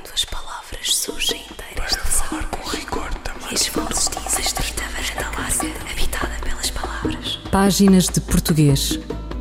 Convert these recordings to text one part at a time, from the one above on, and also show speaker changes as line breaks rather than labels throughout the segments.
Quando as palavras surgem inteiras de falar com rigor também. E as vozes dizem estrita varanda larga, habitada pelas palavras.
Páginas de Português.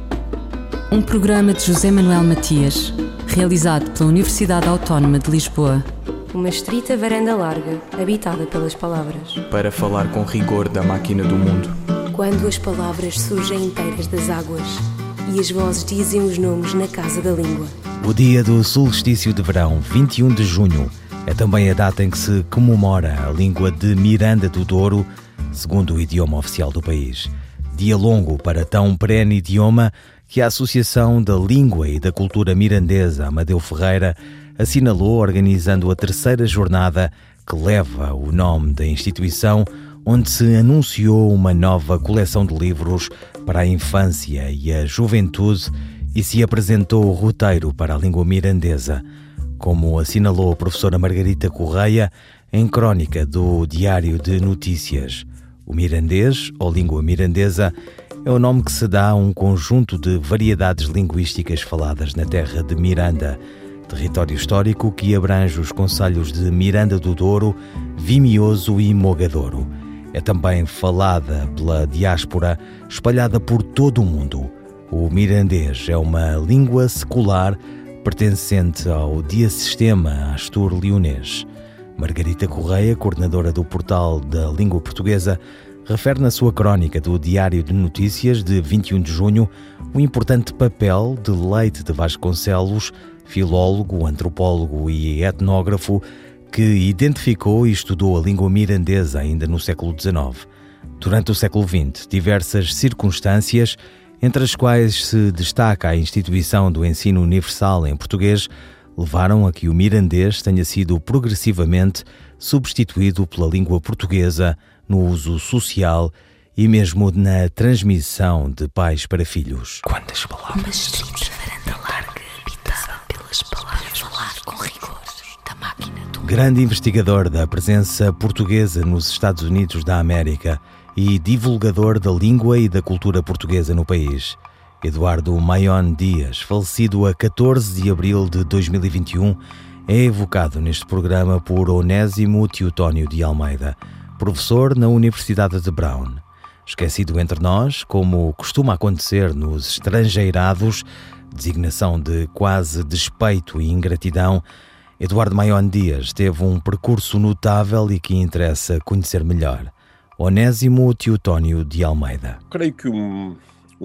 Um programa de José Manuel Matias, realizado pela Universidade Autónoma de Lisboa.
Uma estrita varanda larga, habitada pelas palavras.
Para falar com rigor da máquina do mundo.
Quando as palavras surgem inteiras das águas e as vozes dizem os nomes na casa da língua.
O dia do solstício de verão, 21 de junho, é também a data em que se comemora a língua de Miranda do Douro, segundo o idioma oficial do país. Dia longo para tão perene idioma que a Associação da Língua e da Cultura Mirandesa, Amadeu Ferreira, assinalou organizando a terceira jornada que leva o nome da instituição, onde se anunciou uma nova coleção de livros para a infância e a juventude e se apresentou o roteiro para a língua mirandesa, como assinalou a professora Margarita Correia em crónica do Diário de Notícias. O mirandês, ou língua mirandesa, é o nome que se dá a um conjunto de variedades linguísticas faladas na terra de Miranda, território histórico que abrange os concelhos de Miranda do Douro, Vimioso e Mogadouro. É também falada pela diáspora espalhada por todo o mundo. O mirandês é uma língua secular pertencente ao Diassistema Astur-Leonês. Margarita Correia, coordenadora do Portal da Língua Portuguesa, refere na sua crónica do Diário de Notícias de 21 de junho o importante papel de Leite de Vasconcelos, filólogo, antropólogo e etnógrafo, que identificou e estudou a língua mirandesa ainda no século XIX. Durante o século XX, diversas circunstâncias, entre as quais se destaca a instituição do ensino universal em português, levaram a que o mirandês tenha sido progressivamente substituído pela língua portuguesa no uso social e mesmo na transmissão de pais para filhos.
Quando as palavras...
Uma estrita varanda larga, habitada pelas palavras. Falar com rigor da máquina do mundo.
Grande investigador da presença portuguesa nos Estados Unidos da América e divulgador da língua e da cultura portuguesa no país, Eduardo Maione Dias, falecido a 14 de abril de 2021, é evocado neste programa por Onésimo Teotónio de Almeida, professor na Universidade de Brown. Esquecido entre nós, como costuma acontecer nos estrangeirados, designação de quase despeito e ingratidão, Eduardo Maione Dias teve um percurso notável e que interessa conhecer melhor. Onésimo Teotónio de Almeida.
Creio que o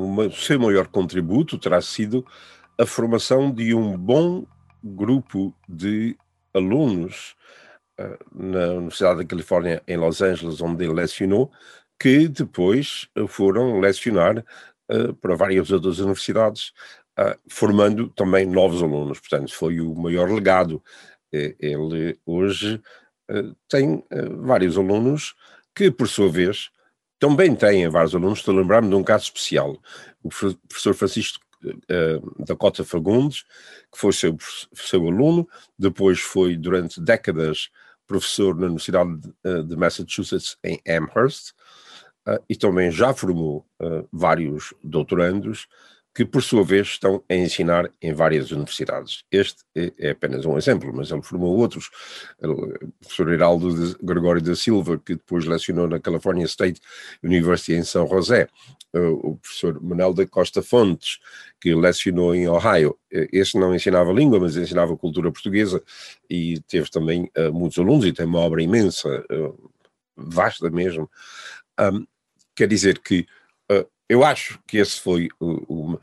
seu maior contributo terá sido a formação de um bom grupo de alunos na Universidade da Califórnia em Los Angeles, onde ele lecionou, que depois foram lecionar para várias outras universidades, formando também novos alunos. Portanto, foi o maior legado. Ele hoje tem vários alunos que, por sua vez, também têm vários alunos. Estou a lembrar-me de um caso especial. O professor Francisco da Cota Fagundes, que foi seu aluno, depois foi durante décadas professor na Universidade de Massachusetts em Amherst, e também já formou vários doutorandos que, por sua vez, estão a ensinar em várias universidades. Este é apenas um exemplo, mas ele formou outros. O professor Heraldo Gregório da Silva, que depois lecionou na California State University em São José. O professor Manuel da Costa Fontes, que lecionou em Ohio. Este não ensinava língua, mas ensinava cultura portuguesa e teve também muitos alunos e tem uma obra imensa, vasta mesmo. Quer dizer que eu acho que esse foi o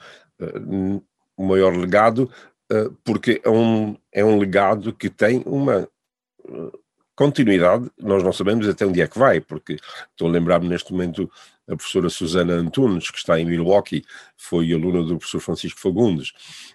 maior legado, porque é um legado que tem uma continuidade. Nós não sabemos até onde é que vai, porque estou a lembrar-me neste momento a professora Susana Antunes, que está em Milwaukee, foi aluna do professor Francisco Fagundes,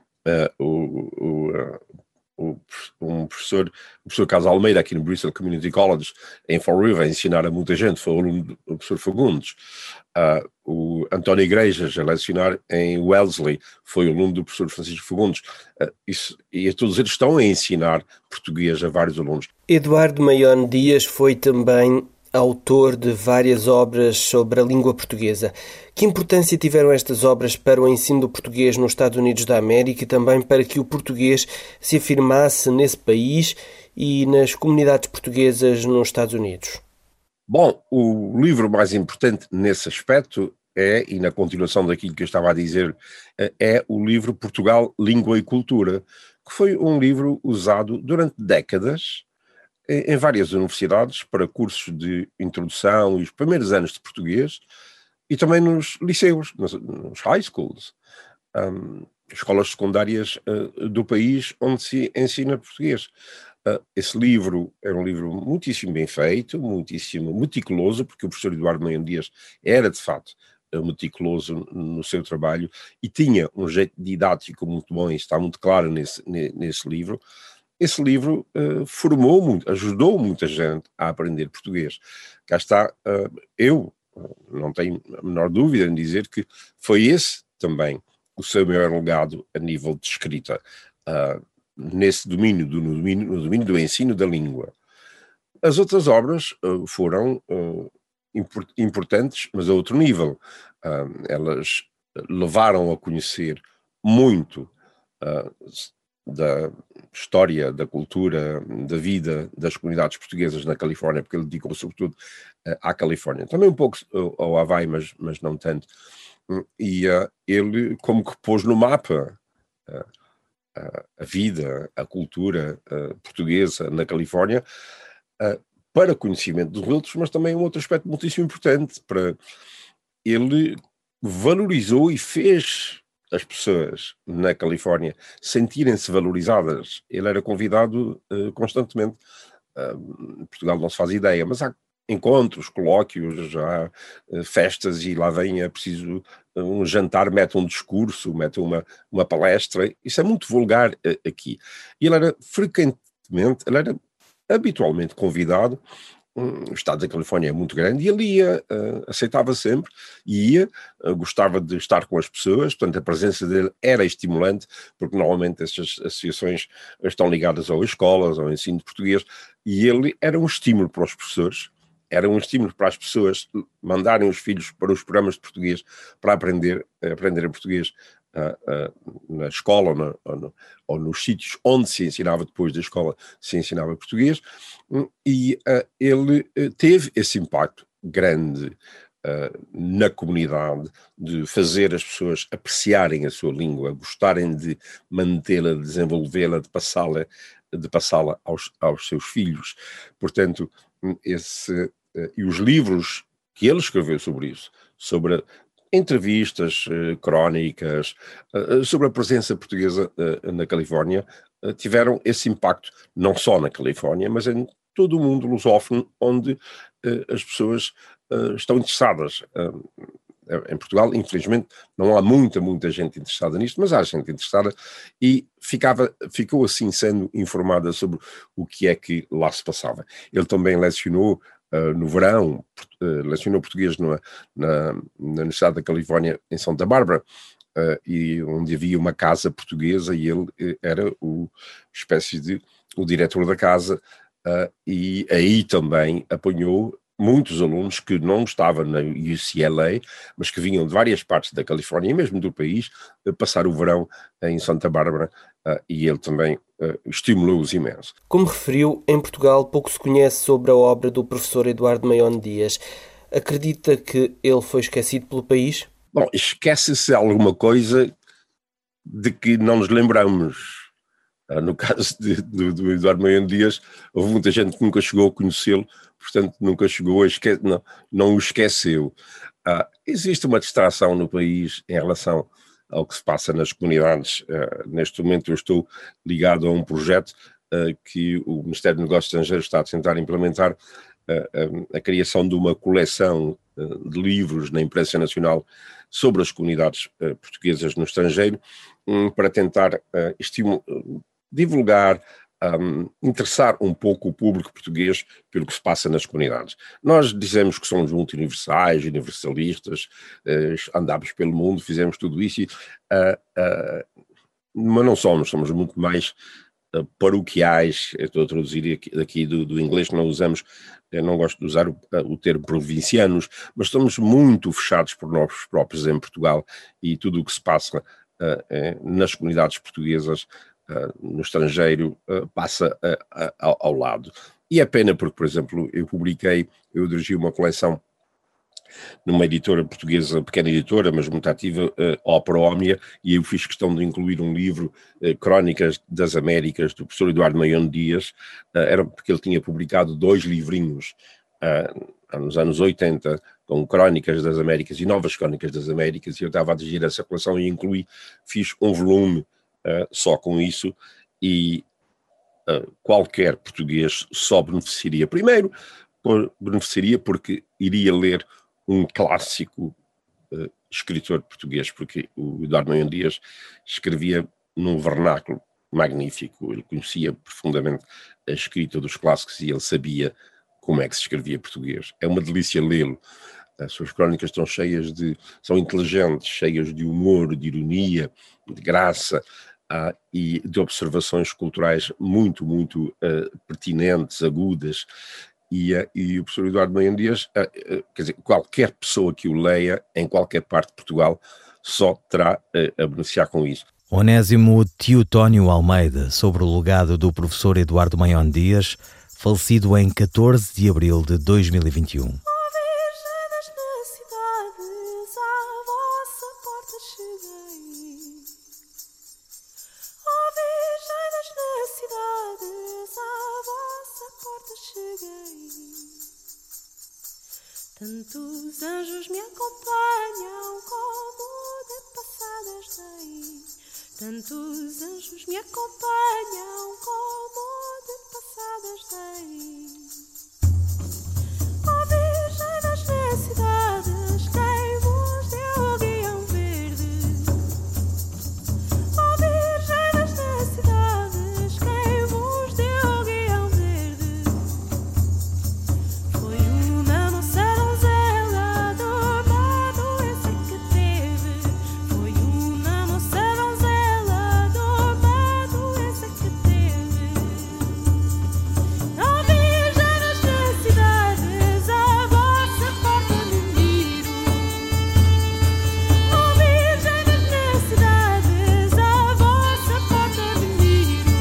o professor Carlos Almeida, aqui no Bristol Community College, em Fall River, a ensinar a muita gente, foi aluno do professor Fagundes. O António Igrejas, a lecionar em Wellesley, foi aluno do professor Francisco Fagundes. E todos eles estão a ensinar português a vários alunos.
Eduardo Maione Dias foi também autor de várias obras sobre a língua portuguesa. Que importância tiveram estas obras para o ensino do português nos Estados Unidos da América e também para que o português se afirmasse nesse país e nas comunidades portuguesas nos Estados Unidos?
Bom, o livro mais importante nesse aspecto e na continuação daquilo que eu estava a dizer, é o livro Portugal, Língua e Cultura, que foi um livro usado durante décadas em várias universidades para cursos de introdução e os primeiros anos de português e também nos liceus, nos high schools, escolas secundárias do país onde se ensina português. Esse livro é um livro muitíssimo bem feito, muitíssimo meticuloso, porque o professor Eduardo Maion Dias era, de facto, meticuloso no seu trabalho e tinha um jeito didático muito bom e está muito claro nesse livro. Esse livro formou muito, ajudou muita gente a aprender português. Cá está, eu não tenho a menor dúvida em dizer que foi esse também o seu maior legado a nível de escrita, nesse domínio, no domínio do ensino da língua. As outras obras foram importantes, mas a outro nível. Elas levaram a conhecer muito da história, da cultura, da vida das comunidades portuguesas na Califórnia, porque ele dedicou sobretudo à Califórnia. Também um pouco ao Havaí, mas não tanto. E ele como que pôs no mapa a vida, a cultura portuguesa na Califórnia, para conhecimento dos outros, mas também um outro aspecto muitíssimo importante. Ele valorizou e fez as pessoas na Califórnia sentirem-se valorizadas. Ele era convidado constantemente. Portugal não se faz ideia, mas há encontros, colóquios, há festas e lá vem, é preciso um jantar, mete um discurso, mete uma palestra. Isso é muito vulgar aqui. E ele era habitualmente convidado. O estado da Califórnia é muito grande e ele ia, aceitava sempre, gostava de estar com as pessoas, portanto a presença dele era estimulante, porque normalmente essas associações estão ligadas às escolas, ao ensino de português, e ele era um estímulo para os professores, era um estímulo para as pessoas mandarem os filhos para os programas de português para aprender português na escola ou nos sítios onde se ensinava, depois da escola se ensinava português, e ele teve esse impacto grande na comunidade, de fazer as pessoas apreciarem a sua língua, gostarem de mantê-la, de desenvolvê-la, de passá-la aos seus filhos. Portanto, e os livros que ele escreveu sobre isso, sobre entrevistas, crónicas, sobre a presença portuguesa na Califórnia, tiveram esse impacto não só na Califórnia, mas em todo o mundo lusófono, onde as pessoas estão interessadas. Em Portugal, infelizmente, não há muita gente interessada nisto, mas há gente interessada e ficou assim sendo informada sobre o que é que lá se passava. Ele também lecionou no verão, lecionou português na Universidade da Califórnia em Santa Bárbara, e onde havia uma casa portuguesa e ele era o diretor da casa, e aí também apanhou muitos alunos que não estavam na UCLA, mas que vinham de várias partes da Califórnia e mesmo do país, passar o verão em Santa Bárbara, e ele também estimulou-os imenso.
Como referiu, em Portugal pouco se conhece sobre a obra do professor Eduardo Maion Dias. Acredita que ele foi esquecido pelo país?
Bom, esquece-se alguma coisa de que não nos lembramos. No caso do Eduardo Maion Dias, houve muita gente que nunca chegou a conhecê-lo, portanto nunca chegou não o esqueceu. Existe uma distração no país em relação ao que se passa nas comunidades. Neste momento eu estou ligado a um projeto que o Ministério dos Negócios Estrangeiros está a tentar implementar, a criação de uma coleção de livros na imprensa nacional sobre as comunidades portuguesas no estrangeiro, para tentar divulgar, interessar um pouco o público português pelo que se passa nas comunidades. Nós dizemos que somos multi-universais, universalistas, andamos pelo mundo, fizemos tudo isso, mas não somos muito mais paroquiais. Eu estou a traduzir aqui do inglês, não usamos, eu não gosto de usar o termo provincianos, mas estamos muito fechados por nós próprios em Portugal, e tudo o que se passa nas comunidades portuguesas no estrangeiro passa ao lado. E é pena porque, por exemplo, eu dirigi uma coleção numa editora portuguesa, pequena editora, mas muito ativa, Ópera Ómnia, e eu fiz questão de incluir um livro, Crónicas das Américas, do professor Eduardo Maione Dias, era porque ele tinha publicado 2 livrinhos nos anos 80, com Crónicas das Américas e Novas Crónicas das Américas, e eu estava a dirigir essa coleção e fiz um volume só com isso, e qualquer português só beneficiaria. Primeiro, beneficiaria porque iria ler um clássico escritor português, porque o Eduardo Maione Dias escrevia num vernáculo magnífico, ele conhecia profundamente a escrita dos clássicos e ele sabia como é que se escrevia português. É uma delícia lê-lo. As suas crónicas são inteligentes, cheias de humor, de ironia, de graça, e de observações culturais muito, muito pertinentes, agudas. E o professor Eduardo Maione Dias, quer dizer, qualquer pessoa que o leia em qualquer parte de Portugal só terá a beneficiar com isso.
Onésimo Teotónio Almeida, sobre o legado do professor Eduardo Maione Dias, falecido em 14 de abril de 2021.
Tantos anjos me acompanham como de passadas daí. Tantos anjos me acompanham como de passadas daí. Ó Virgem das necessidades, quem vos deu o guião verde? Ó Virgem das necessidades, quem vos deu o guião verde? Foi uma moça donzela de uma doença que teve. Foi uma moça donzela de uma doença que teve. Ó Virgem das necessidades, a vossa porta me miro. Ó Virgem das necessidades, a vossa porta me miro.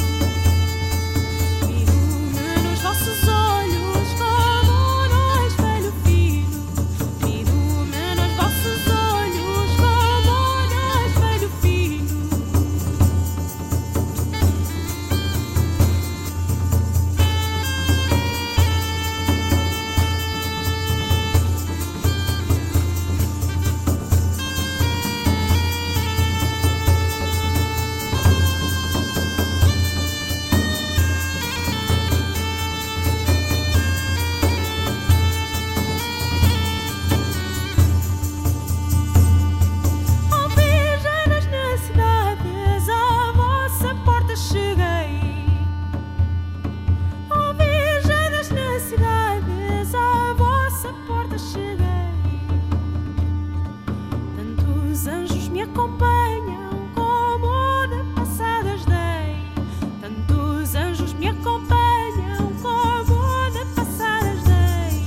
Miro-me nos vossos olhos como no espelho fino. Miro-me nos vossos olhos como no espelho fino. Ó Virgem das necessidades, à vossa porta cheguei. Ó Virgem das necessidades, à vossa porta cheguei. Tantos anjos me acompanham como de passadas dei. Tantos anjos me acompanham como de passadas dei.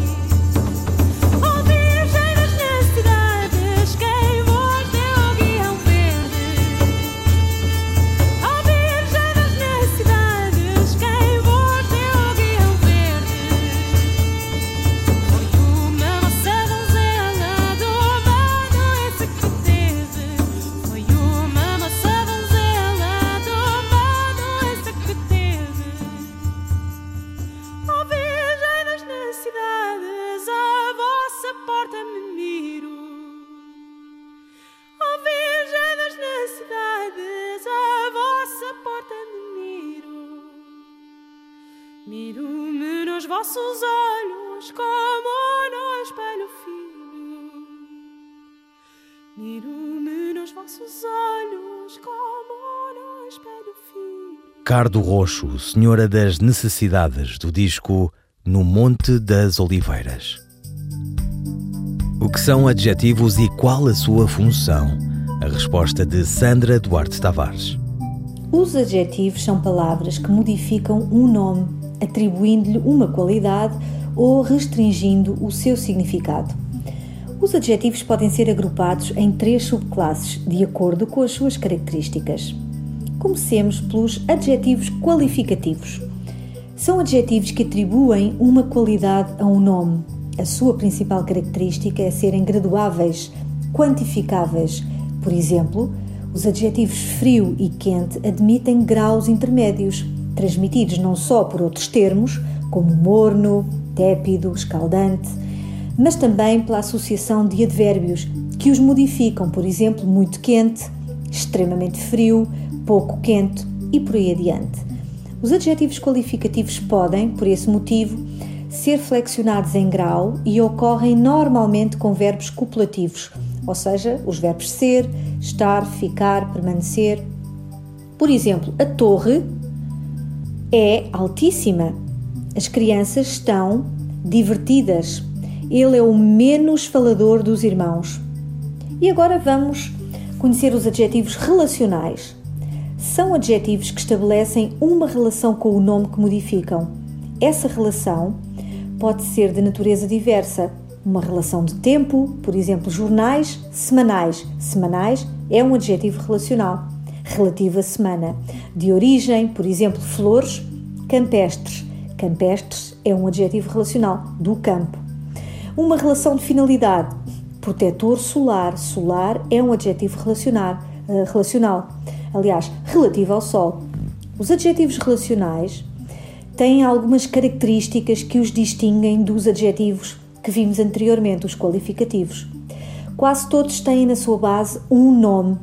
Ó Virgem das necessidades, quem vos deu o guião verde? Ó Virgem das necessidades, quem vos deu o guião verde? Foi uma moça donzela de uma doença que teve. Foi uma moça donzela de uma doença que teve. Ó Virgem das necessidades, à vossa porta me miro. Ó Virgem das necessidades, à vossa porta me miro. Miro-me nos vossos olhos como no espelho fino. Miro-me nos vossos olhos como no espelho fino.
Cardo Roxo, Senhora das Necessidades, do disco No Monte das Oliveiras. O que são adjetivos e qual a sua função? A resposta de Sandra Duarte Tavares.
Os adjetivos são palavras que modificam um nome, atribuindo-lhe uma qualidade ou restringindo o seu significado. Os adjetivos podem ser agrupados em 3 subclasses, de acordo com as suas características. Comecemos pelos adjetivos qualificativos. São adjetivos que atribuem uma qualidade a um nome. A sua principal característica é serem graduáveis, quantificáveis. Por exemplo, os adjetivos frio e quente admitem graus intermédios, transmitidos não só por outros termos, como morno, tépido, escaldante, mas também pela associação de advérbios que os modificam, por exemplo, muito quente, extremamente frio, pouco quente e por aí adiante. Os adjetivos qualificativos podem, por esse motivo, ser flexionados em grau e ocorrem normalmente com verbos copulativos, ou seja, os verbos ser, estar, ficar, permanecer. Por exemplo, a torre é altíssima, as crianças estão divertidas, ele é o menos falador dos irmãos. E agora vamos conhecer os adjetivos relacionais. São adjetivos que estabelecem uma relação com o nome que modificam. Essa relação pode ser de natureza diversa. Uma relação de tempo, por exemplo, jornais, semanais. Semanais é um adjetivo relacional, relativo à semana. De origem, por exemplo, flores, campestres. Campestres é um adjetivo relacional, do campo. Uma relação de finalidade, protetor solar. Solar é um adjetivo relacional, aliás, relativo ao sol. Os adjetivos relacionais têm algumas características que os distinguem dos adjetivos que vimos anteriormente, os qualificativos. Quase todos têm na sua base um nome.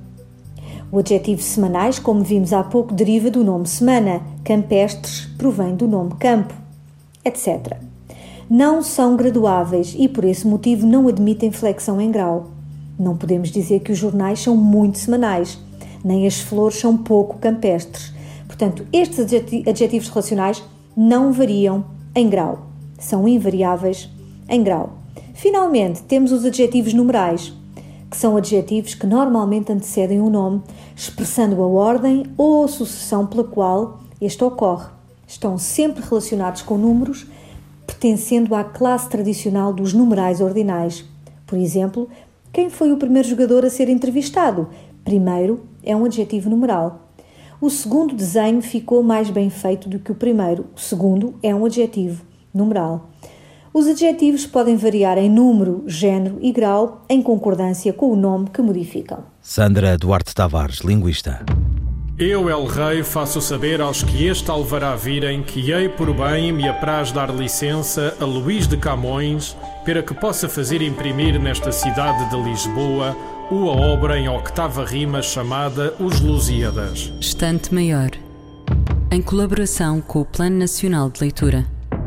O adjetivo semanais, como vimos há pouco, deriva do nome semana. Campestres provém do nome campo, etc. Não são graduáveis e, por esse motivo, não admitem flexão em grau. Não podemos dizer que os jornais são muito semanais, nem as flores são pouco campestres. Portanto, estes adjetivos relacionais não variam em grau, são invariáveis em grau. Finalmente, temos os adjetivos numerais, que são adjetivos que normalmente antecedem o nome, expressando a ordem ou a sucessão pela qual este ocorre. Estão sempre relacionados com números, pertencendo à classe tradicional dos numerais ordinais. Por exemplo, quem foi o primeiro jogador a ser entrevistado? Primeiro é um adjetivo numeral. O segundo desenho ficou mais bem feito do que o primeiro. O segundo é um adjetivo numeral. Os adjetivos podem variar em número, género e grau em concordância com o nome que modificam.
Sandra Duarte Tavares, linguista.
Eu, El Rei, faço saber aos que este alvará virem que hei por bem me apraz dar licença a Luís de Camões para que possa fazer imprimir nesta cidade de Lisboa a obra em 8ª rima chamada Os Lusíadas.
Estante Maior, em colaboração com o Plano Nacional de Leitura.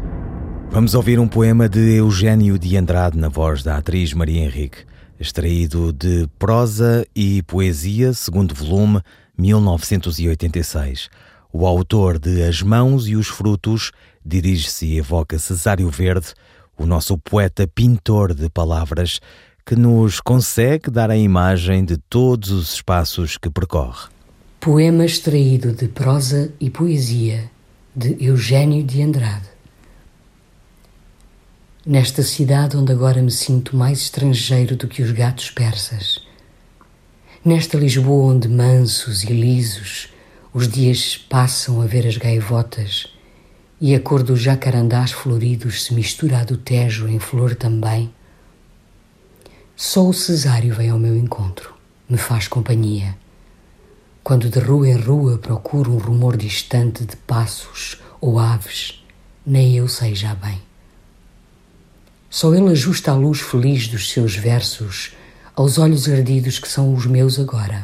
Vamos ouvir um poema de Eugênio de Andrade na voz da atriz Maria Henrique, extraído de Prosa e Poesia, segundo volume, 1986. O autor de As Mãos e os Frutos dirige-se e evoca Cesário Verde, o nosso poeta pintor de palavras, que nos consegue dar a imagem de todos os espaços que percorre.
Poema extraído de Prosa e Poesia, de Eugênio de Andrade. Nesta cidade onde agora me sinto mais estrangeiro do que os gatos persas, nesta Lisboa onde mansos e lisos os dias passam a ver as gaivotas e a cor dos jacarandás floridos se mistura à do Tejo em flor também, só o Cesário vem ao meu encontro, me faz companhia. Quando de rua em rua procuro um rumor distante de passos ou aves, nem eu sei já bem. Só ele ajusta a luz feliz dos seus versos aos olhos ardidos que são os meus agora.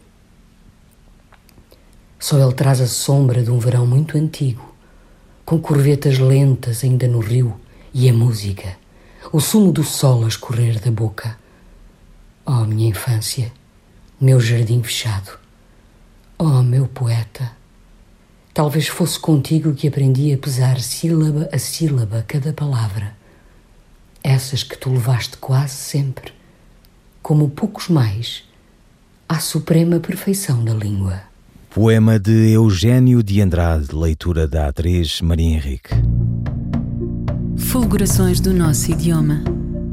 Só ele traz a sombra de um verão muito antigo, com corvetas lentas ainda no rio e a música, o sumo do sol a escorrer da boca. Oh, minha infância, meu jardim fechado. Oh, meu poeta, talvez fosse contigo que aprendi a pesar sílaba a sílaba cada palavra, essas que tu levaste quase sempre, como poucos mais, à suprema perfeição da língua.
Poema de Eugênio de Andrade, leitura da atriz Maria Henrique.
Fulgurações do nosso idioma.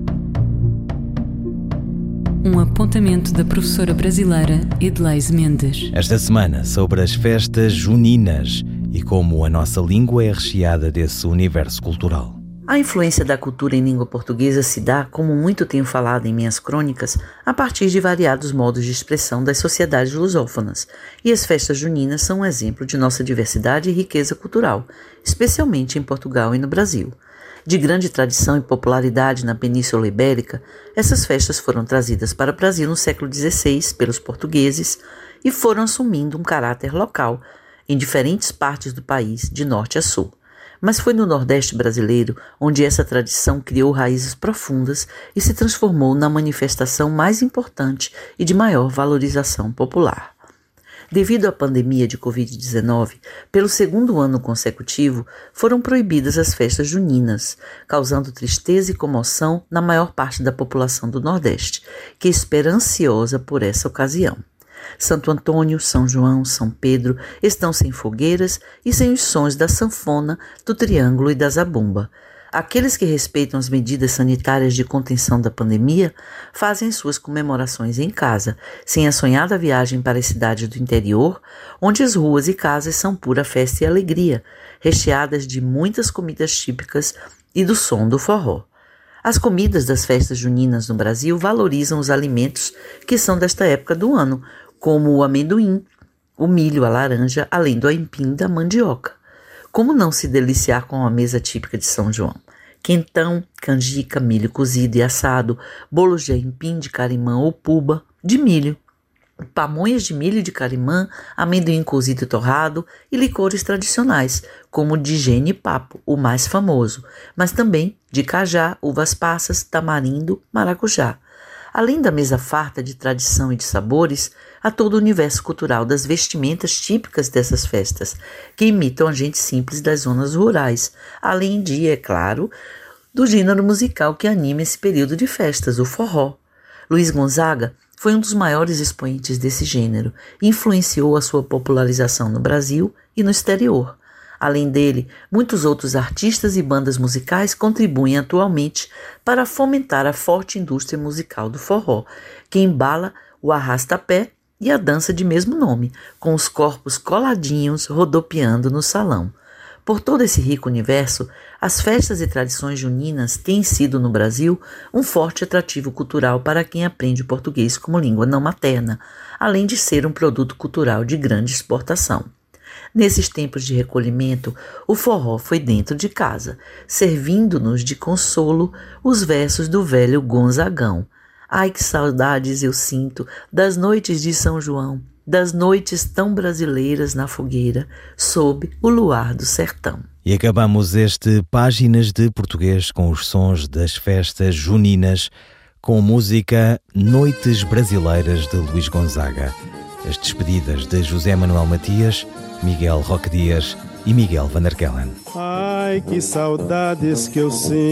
Um apontamento da professora brasileira Edleise Mendes.
Esta semana sobre as festas juninas e como a nossa língua é recheada desse universo cultural.
A influência da cultura em língua portuguesa se dá, como muito tenho falado em minhas crônicas, a partir de variados modos de expressão das sociedades lusófonas, e as festas juninas são um exemplo de nossa diversidade e riqueza cultural, especialmente em Portugal e no Brasil. De grande tradição e popularidade na Península Ibérica, essas festas foram trazidas para o Brasil no século XVI pelos portugueses e foram assumindo um caráter local em diferentes partes do país, de norte a sul. Mas foi no Nordeste brasileiro onde essa tradição criou raízes profundas e se transformou na manifestação mais importante e de maior valorização popular. Devido à pandemia de Covid-19, pelo segundo ano consecutivo, foram proibidas as festas juninas, causando tristeza e comoção na maior parte da população do Nordeste, que espera ansiosa por essa ocasião. Santo Antônio, São João, São Pedro estão sem fogueiras e sem os sons da sanfona, do triângulo e da zabumba. Aqueles que respeitam as medidas sanitárias de contenção da pandemia fazem suas comemorações em casa, sem a sonhada viagem para as cidades do interior, onde as ruas e casas são pura festa e alegria, recheadas de muitas comidas típicas e do som do forró. As comidas das festas juninas no Brasil valorizam os alimentos que são desta época do ano, como o amendoim, o milho, a laranja, além do aipim da mandioca. Como não se deliciar com a mesa típica de São João? Quentão, canjica, milho cozido e assado, bolos de aipim, de carimã ou puba, de milho, pamonhas de milho e de carimã, amendoim cozido e torrado e licores tradicionais, como o de genipapo, o mais famoso, mas também de cajá, uvas passas, tamarindo, maracujá. Além da mesa farta de tradição e de sabores, há todo o universo cultural das vestimentas típicas dessas festas, que imitam a gente simples das zonas rurais, além de, é claro, do gênero musical que anima esse período de festas, o forró. Luiz Gonzaga foi um dos maiores expoentes desse gênero e influenciou a sua popularização no Brasil e no exterior. Além dele, muitos outros artistas e bandas musicais contribuem atualmente para fomentar a forte indústria musical do forró, que embala o arrasta-pé e a dança de mesmo nome, com os corpos coladinhos rodopiando no salão. Por todo esse rico universo, as festas e tradições juninas têm sido no Brasil um forte atrativo cultural para quem aprende português como língua não materna, além de ser um produto cultural de grande exportação. Nesses tempos de recolhimento, o forró foi dentro de casa, servindo-nos de consolo os versos do velho Gonzagão. Ai, que saudades eu sinto das noites de São João, das noites tão brasileiras na fogueira, sob o luar do sertão.
E acabamos este Páginas de Português com os sons das festas juninas, com música Noites Brasileiras de Luís Gonzaga. As despedidas de José Manuel Matias, Miguel Roque Dias e Miguel Van der Kellen.
Ai, que saudades que eu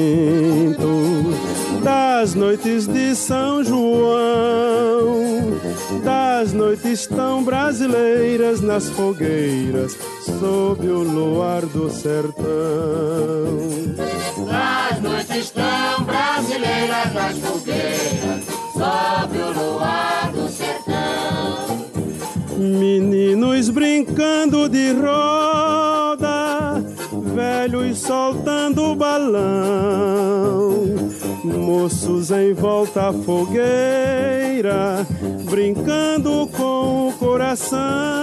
sinto das noites de São João, das noites tão brasileiras nas fogueiras, sob o luar do sertão.
Das noites tão brasileiras nas fogueiras, sob o luar do sertão.
Meninos brincando de roda, velhos soltando balão, moços em volta à fogueira, brincando com o coração.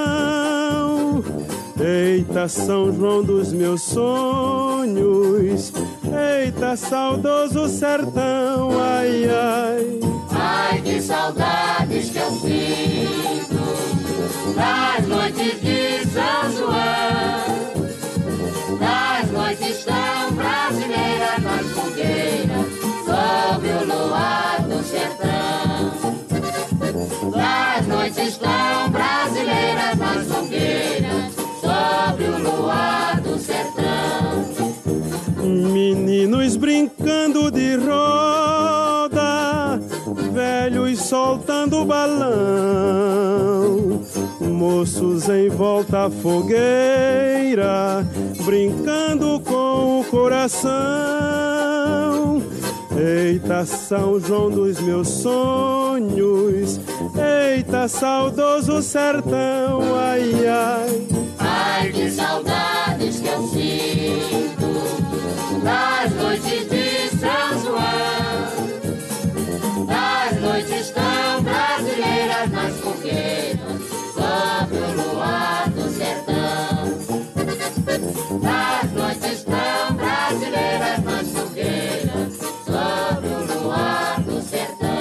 Eita, São João dos meus sonhos, eita, saudoso sertão, ai, ai.
Ai, que saudades que eu sinto das noites de São João, das noites tão brasileiras nas fogueiras, sob o luar do sertão. Das noites tão brasileiras nas fogueiras, sob o luar do sertão.
Meninos brincando de roda, velhos soltando balão, moços em volta à fogueira, brincando com o coração. Eita, São João dos meus sonhos, eita, saudoso sertão, ai, ai.
Ai, que saudades que eu sinto das noites de São João, das noites tão brasileiras nas fogueiras, sob o luar do sertão. Das noites tão brasileiras nas fogueiras, sob o luar do sertão.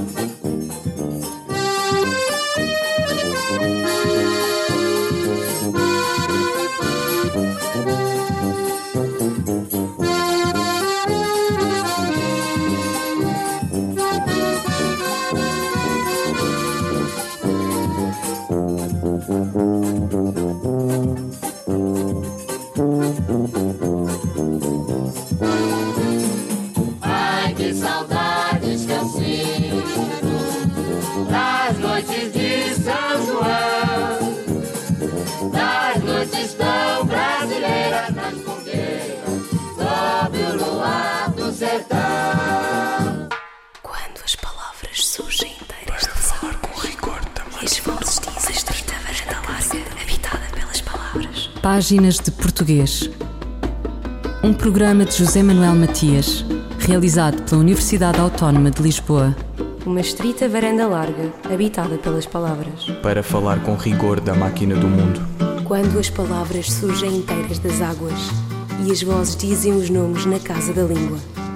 Ai, que saudades que eu sinto das noites de São João, das noites tão brasileiras nas fogueiras, sob o luar do sertão.
Quando as palavras surgem inteiras de falar com rigor também. E as vozes dizem estrita varanda larga, habitada pelas palavras.
Páginas de Português. Um programa de José Manuel Matias, realizado pela Universidade Autónoma de Lisboa.
Uma estrita varanda larga, habitada pelas palavras.
Para falar com rigor da máquina do mundo.
Quando as palavras surgem inteiras das águas e as vozes dizem os nomes na casa da língua.